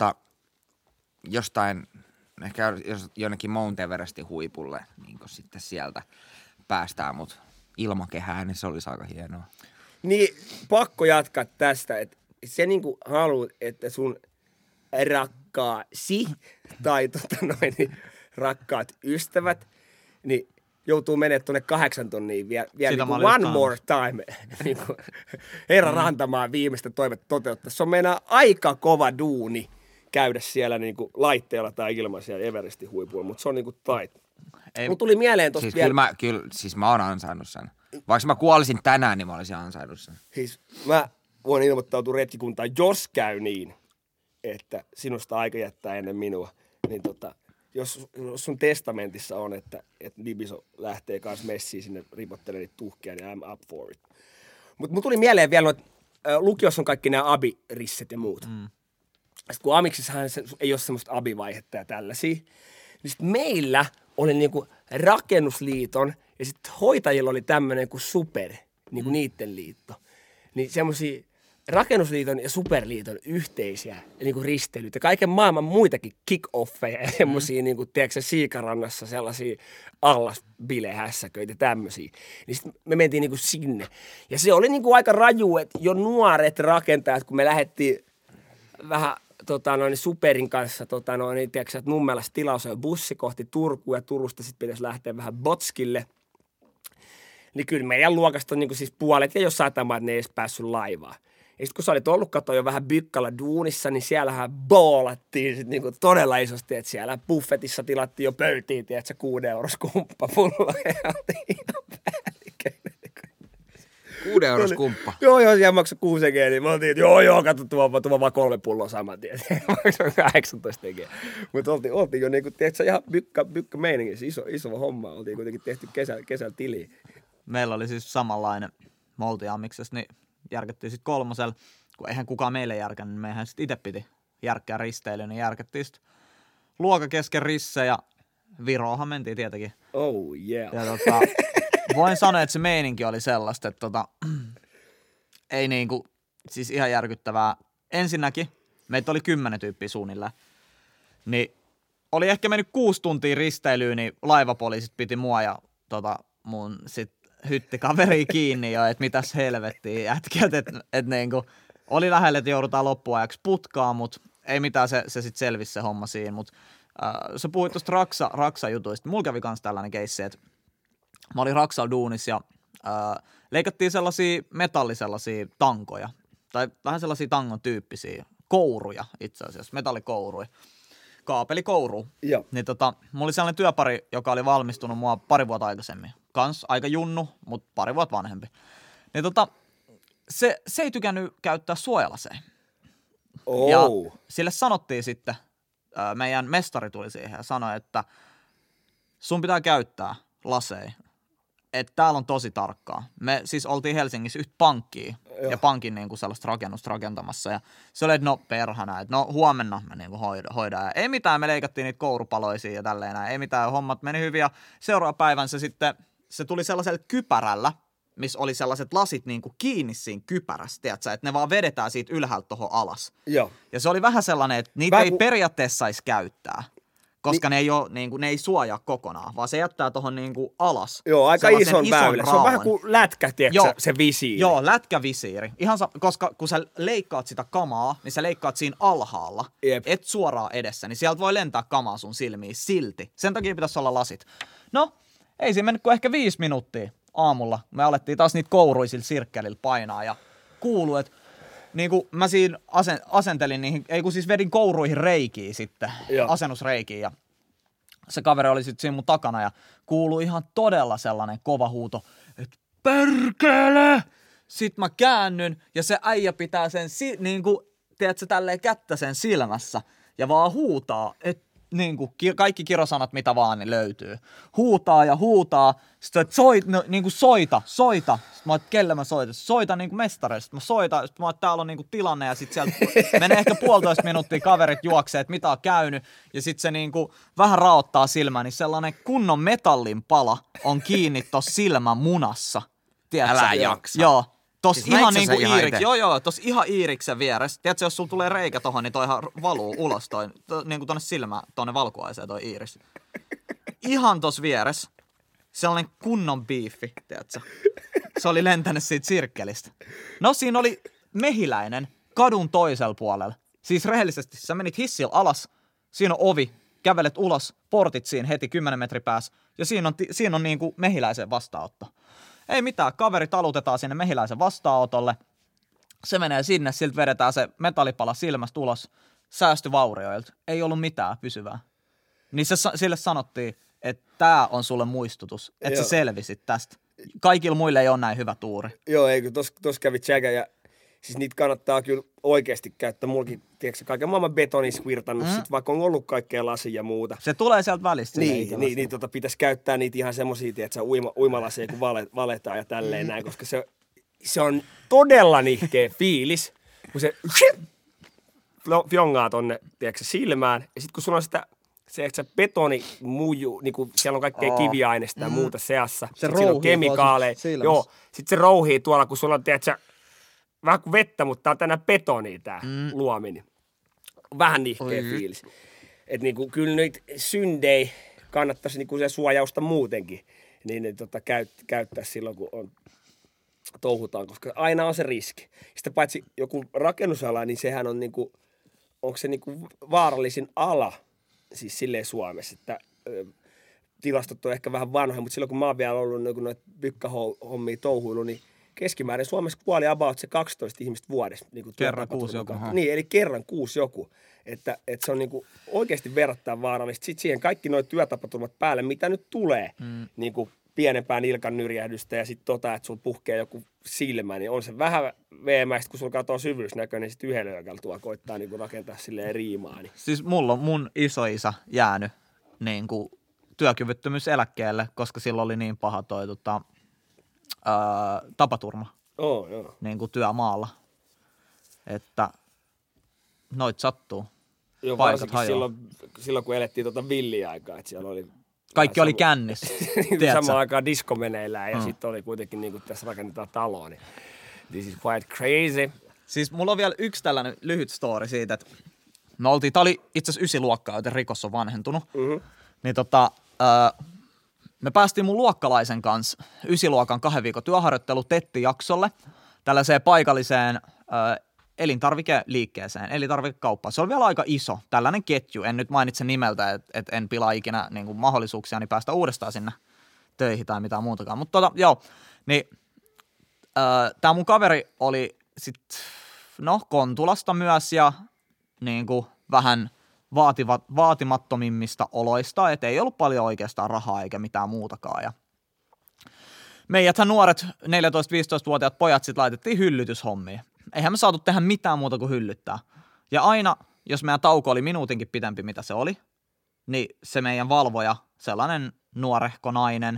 Jostain, ehkä jonnekin Mount Everestin huipulle, niin kun sitten sieltä päästään mut ilmakehään, niin se olisi aika hienoa. Niin, pakko jatkaa tästä, että se niinku haluat, että sun rakkaasi tai rakkaat ystävät, niin joutuu menemään tuonne 8 tonnia vielä niinku one more time. Niinku, Herra Rantamaan viimeistä toivetta toteuttaa. Se on meidän aika kova duuni käydä siellä niinku laitteella tai ilman siellä Everestin huipulla, mutta se on niinku taito. Mun tuli mieleen tosta siis vielä. Siis mä oon ansainnut sen. Vaikka mä kuolisin tänään, niin mä olisin ansainnut sen. Siis mä voin ilmoittautua retkikuntaan, jos käy niin, että sinusta aika jättää ennen minua. Niin jos sun testamentissa on, että Dibiso lähtee kanssa messiin sinne ripottelemaan niitä tuhkia, niin I'm up for it. Mutta mun tuli mieleen vielä, että lukiossa on kaikki nämä abi-risset ja muut. Sitten kun amiksissahan ei ole semmoista abi-vaihetta ja tällaisia, niin sitten meillä oli niinku rakennusliiton ja sitten hoitajilla oli tämmöinen kuin super, niinku niitten liitto. Niin semmoisia rakennusliiton ja superliiton yhteisiä niinku risteilyitä, kaiken maailman muitakin kick-offeja ja semmoisia, niinku, tiedätkö Siikarannassa sellaisia allasbilehässäköitä tämmöisiä. Niin sitten me mentiin niinku sinne. Ja se oli niinku aika raju, että jo nuoret rakentajat, kun me lähdettiin vähän Superin kanssa, tiedätkö, että Nummelassa tilaus on bussi kohti Turkuun ja Turusta sitten pitäisi lähteä vähän Botskille. Niin kyllä meidän luokasta on niin siis puolet ja jos satamaa, että ne ei edes päässyt laivaan. Ja sitten kun sä olit ollut katsoa jo vähän Bykkalla duunissa, niin siellähän boolattiin sit niinku todella isosti, että siellä buffetissa tilattiin jo pöytiin, tiedätkö, 6 € skumppapulloa ja oltiin ihan päälliköinen. 6 € skumppa. Joo, siellä maksoi 6 €, niin me oltiin, että joo, katso, tuo vaan 3 pulloa saman tien. Maksoi 18 €. Mutta oltiin jo niinku, tiedätkö, ihan bykkä meiningissä, iso homma. Oltiin kuitenkin tehty kesällä tiliä. Meillä oli siis samanlainen, me oltiin amiksessa, niin järkättiin sitten 3, kun eihän kukaan meille järkännyt, niin meihän sitten itse piti järkkää risteilyyn, niin järkättiin sitten luoka kesken risse ja Viroonhan mentiin tietenkin. Oh yeah. Ja voin sanoa, että se meininki oli sellaista, että ei niinku, siis ihan järkyttävää. Ensinnäkin Meitä oli 10 tyyppiä suunnilleen. Niin oli ehkä mennyt 6 tuntia risteilyyn, niin laivapoliisit piti mua ja mun sit hyttikaveri kiinni jo, että mitäs helvettiä jätkät, että niinku oli lähellä, että joudutaan loppuajaksi putkaan, mutta ei mitään, se sitten selvisi se homma siinä, mutta sä puhuit tuosta Raksa-jutuista. Mulla kävi kans tällainen keissi, että mä olin Raksalla duunissa ja leikattiin sellaisia metallisellaisia tankoja, tai vähän sellaisia tangon tyyppisiä kouruja itse asiassa, metallikouruja, kaapelikouru. Joo. Niin mulla oli sellainen työpari, joka oli valmistunut mua 2 vuotta aikaisemmin. Kans aika junnu, mutta 2 vuotta vanhempi. Niin se ei tykännyt käyttää suojalaseen. Oh. Ja sille sanottiin sitten, meidän mestari tuli siihen ja sanoi, että sun pitää käyttää laseja. Että täällä on tosi tarkkaa. Me siis oltiin Helsingissä yhtä pankkia ja pankin niinku sellaista rakennusta rakentamassa. Ja se oli, että no perhana, että no huomenna me niinku hoidaan. Ja ei mitään, me leikattiin niitä kourupaloisia ja tälleen näin. Ei mitään, hommat meni hyvin. Ja seuraavan päivän se tuli sellaisella kypärällä, missä oli sellaiset lasit niinku kiinni siinä kypärässä, tiedätkö, että ne vaan vedetään siitä ylhäältä tohon alas. Joo. Ja se oli vähän sellainen, että niitä ei periaatteessa saisi käyttää. Koska ne ei suojaa kokonaan, vaan se jättää tohon niinku alas. Joo, aika ison väylä. Se on vähän kuin lätkä, tiedätkö, se visiiri. Joo, lätkävisiiri. Koska kun sä leikkaat sitä kamaa, niin sä leikkaat siinä alhaalla, et suoraan edessä, niin sieltä voi lentää kamaa sun silmiin silti. Sen takia pitäisi olla lasit. No, ei siinä mennyt kuin ehkä 5 minuuttia aamulla. Me alettiin taas niitä kouruisilla sirkkelillä painaa ja kuuluu, että niin kuin mä siinä asentelin niihin, ei kun siis vedin kouruihin reikiä sitten, asennusreikiä ja se kaveri oli sitten siinä mun takana ja kuului ihan todella sellainen kova huuto, että perkele! Sitten mä käännyn ja se äijä pitää sen, niin kuin, tiedätkö, tälleen kättä sen silmässä ja vaan huutaa, että niin kuin kaikki kirosanat, mitä vaan, niin löytyy. Huutaa ja huutaa. Sitten että soita. Sitten mä oon, että kelle mä soitan? Soita niin kuin mestareille. Sitten mä soitan. Sitten mä oon, että täällä on niin kuin tilanne. Ja sitten sieltä menee ehkä 1,5 minuuttia kaverit juoksee, että mitä on käynyt. Ja sitten se niin kuin vähän raottaa silmää. Niin sellainen kunnon metallin pala on kiinni tossa silmän munassa. Tiedätkö? Älä jaksa. Joo. Tossa siis ihan niinku iirik, tossa ihan iiriksen vieressä. Tiedätkö, jos sulla tulee reikä tohon, niin toihan valuu ulos niinku tonne silmään, tonne valkuaiseen toi iiris. Ihan tossa vieressä. Sellainen kunnon biifi, tiedätkö. Se oli lentänyt siitä sirkkelistä. No siinä oli mehiläinen kadun toisella puolella. Siis rehellisesti, sä menit hissillä alas, siinä on ovi, kävelet ulos, portit siinä heti 10 metrin päässä. Ja siinä on niinku mehiläisen vastaanotto. Ei mitään, kaveri talutetaan sinne mehiläisen vastaanotolle. Se menee sinne, siltä vedetään se metallipala silmästä ulos. Säästövaurioilta. Ei ollut mitään pysyvää. Niin sille sanottiin, että tää on sulle muistutus, että sä selvisit tästä. Kaikilla muille ei ole näin hyvä tuuri. Joo, eikö tos kävi tsäkä ja siis niitä kannattaa kyllä oikeasti käyttää. Mullakin, tiedätkö, kaiken maailman betonis virtannut, sit, vaikka on ollut kaikkea lasia ja muuta. Se tulee sieltä välistä. Niin, pitäisi käyttää niitä ihan semmosia, tiedätkö, uimalaseja, kun valetaan ja tälleen näin, koska se on todella nihkeä fiilis, kun se fjongaa tonne, tiedätkö, silmään. Ja sit kun sulla on sitä se betonimuju, niinku siellä on kaikkea kiviainesta ja muuta seassa. Se siinä on kemikaaleja. Joo, sit se rouhii tuolla, kun sulla on, tiedätkö, vähän kuin vettä, mutta tää on tänään betonia tää luominen. Vähän nihkeä fiilis. Että niinku, kyllä niitä syndei kannattaisi niinku se suojausta muutenkin, niin ne käyttää silloin, kun touhutaan, koska aina on se riski. Sitten paitsi joku rakennusala, niin sehän on niinku, onko se niinku vaarallisin ala, siis silleen Suomessa, että tilastot on ehkä vähän vanhoja, mutta silloin kun mä oon vielä ollut noita pykkähommia touhuillut, niin keskimäärin Suomessa kuoli about se 12 ihmistä vuodessa. Niin kerran 6 joku. Niin, eli kerran 6 joku. Että se on niinku oikeasti verrattain vaarallista. Sitten siihen kaikki nuo työtapaturmat päälle, mitä nyt tulee, niinku pienempää nilkan nyrjähdystä ja sitten että sulla puhkee joku silmä, niin on se vähän veemäistä, kun sulla katsoo syvyysnäköinen, niin sitten yhdellä jalkalla tuo koittaa niinku rakentaa silleen riimaa. Niin. Siis mulla on mun isoisä jäänyt niinku työkyvyttömyyseläkkeelle, koska sillä oli niin paha toi tapaturma niinku työmaalla, että noit sattuu. Joo, varsinkin silloin, kun elettiin villiaikaa, että siellä oli kaikki oli kännissä. Samaan aikaan disko meneillään ja sitten oli kuitenkin niin kuin tässä rakennetaan taloa, niin this is quite crazy. Siis mulla on vielä yksi tällainen lyhyt story siitä, että tää oli itse asiassa 9 luokkaa, joten rikos on vanhentunut. Niin me päästiin mun luokkalaisen kanssa 9 luokan 2 viikon työharjoittelu TET-jaksolle tällaiseen paikalliseen elintarvikeliikkeeseen, elintarvikekauppaan. Se on vielä aika iso, tällainen ketju. En nyt mainitse nimeltä, että en pilaa ikinä niin kuin mahdollisuuksiani päästä uudestaan sinne töihin tai mitään muutakaan. Mutta joo, niin tää mun kaveri oli sit, Kontulasta myös ja niin kuin vähän vaatimattomimmista oloista, et ei ollut paljon oikeastaan rahaa eikä mitään muutakaan. Ja meidäthän nuoret 14-15-vuotiaat pojat sit laitettiin hyllytyshommiin. Eihän me saatu tehdä mitään muuta kuin hyllyttää. Ja aina, jos meidän tauko oli minuutinkin pitempi, mitä se oli, niin se meidän valvoja, sellainen nuorehko nainen,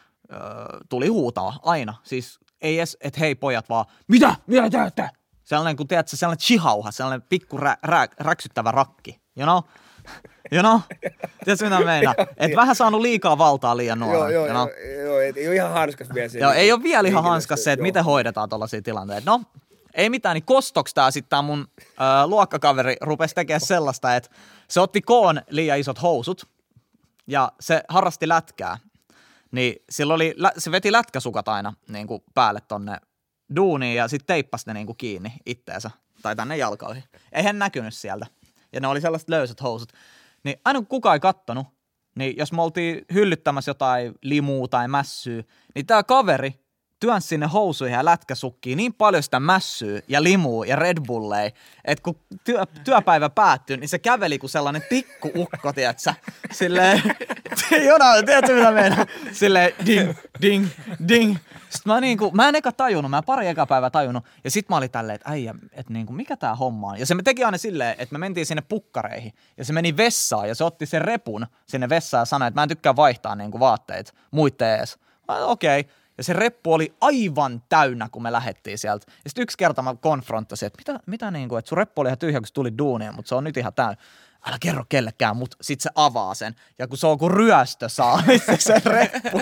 tuli huutaa aina. Siis ei edes, että hei pojat vaan, mitä teette? Sellainen, kun tiedät, sellainen chihauha, sellainen pikku räksyttävä rakki, you know? Tiedätkö mitä meinaa? Et vähän saanut liikaa valtaa liian nuorena. Joo, ei ole ihan hanskas vielä se. Joo, ei ole vielä ihan hanskas se, että miten hoidetaan tollaisia tilanteita. No, ei mitään, niin kostoks tää sitten tää mun luokkakaveri rupesi tekemään sellaista, että se otti koon liian isot housut ja se harrasti lätkää. Niin se veti lätkäsukat aina niin kuin päälle tonne duuniin ja sitten teippasi ne niin kuin kiinni itteensä tai tänne jalkoihin. Eihän näkynyt sieltä. Ja ne oli sellaiset löysät housut. Niin aina kun kukaan ei kattonut, niin jos me oltiin hyllyttämässä jotain limua tai mässyä, niin tää kaveri työnsi sinne housuihin ja lätkäsukkiin niin paljon sitä mässyä ja limua ja Red Bulleja, että kun työpäivä päättyi, niin se käveli kuin sellainen tikkuukko, tiedätkö? Silleen, tiedätkö mitä meinaa? Silleen ding, ding, ding. Sitten mä en eka tajunnut, mä en pari eka päivää tajunnut, ja sit mä olin tälleen, että äijä, että niinku, mikä tää homma on? Ja se me teki aina silleen, että me mentiin sinne pukkareihin, ja se meni vessaan, ja se otti sen repun sinne vessaan ja sanoi, että mä en tykkää vaihtaa niinku vaatteet muitten ees. Okei. Ja se reppu oli aivan täynnä, kun me lähdettiin sieltä. Ja sitten yksi kerta mä konfronttasin, että mitä niinku, että sun reppu oli ihan tyhjä, kun tuli duunia, mutta se on nyt ihan täynnä. Älä kerro kellekään, mutta sit se avaa sen. Ja kun se on kuin ryöstö saa se reppu.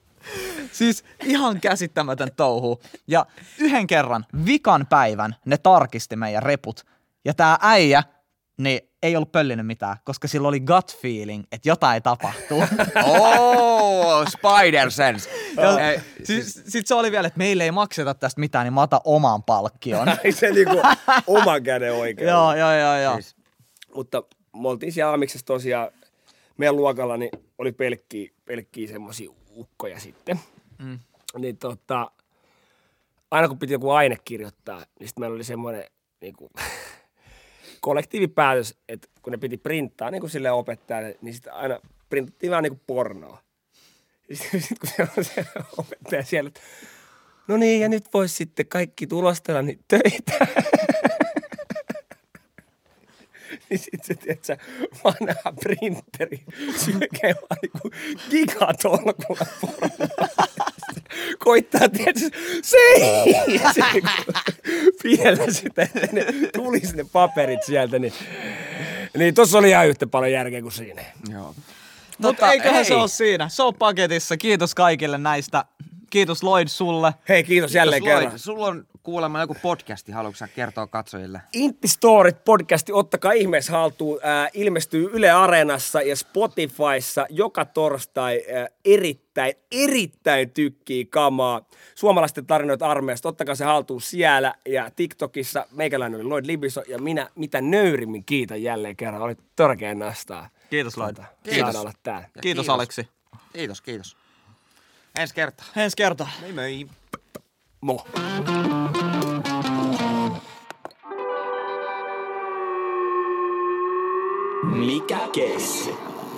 Siis ihan käsittämätön touhu. Ja yhden kerran, vikan päivän, ne tarkisti meidän reput. Ja tää äijä, niin ei ollut pöllinyt mitään, koska sillä oli gut feeling, että jotain tapahtuu. Spider sense. Sitten se oli vielä, että meille ei makseta tästä mitään, niin mä otan oman palkkion. Se niinku oman käden oikein. Joo. Siis, mutta me oltiin siellä Amiksessa tosiaan, meidän luokalla niin oli pelkkiä semmosia ukkoja sitten. Niin aina kun piti joku aine kirjoittaa, niin sitten meillä oli semmoinen niinku kollektiivipäätös, että kun ne piti printtaa niin kuin sille opettajalle, niin sitten aina printattiin vähän niin kuin pornoa. Sitten kun se on se opettaja siellä, että no niin, ja nyt voisi sitten kaikki tulostella niin töitä. Niin sitten se, tiedätkö, vanha printeri sylkee vaan niin kuin gigatolkulla pornoa. Koittaa, tiedätkö, pienellä sitä, ne tulisi ne paperit sieltä, niin tossa oli ihan yhtä paljon järkeä kuin siinä. Joo. Mutta eiköhän se ole siinä. Se on paketissa. Kiitos kaikille näistä. Kiitos Lloyd sulle. Hei, kiitos jälleen kerran. Sulla on kuulemma joku podcasti, haluatko sä kertoa katsojille? Intti Storit podcasti, ottakaa ihmeessä haltuun. Ilmestyy Yle Areenassa ja Spotifyssa joka torstai. Erittäin tykkii kamaa. Suomalaisten tarinoita armeijasta, ottakaa se haltuun siellä. Ja TikTokissa meikäläinen oli Lloyd Libiso ja minä mitä nöyrimmin kiitän jälleen kerran. Olit törkeä nastaa. Kiitos Lloyd. Kiitos. Olla täällä. Kiitos Aleksi. Kiitos. Ensi kertaa. Ensi kertaa. Moi. Mo. Mikä keissi?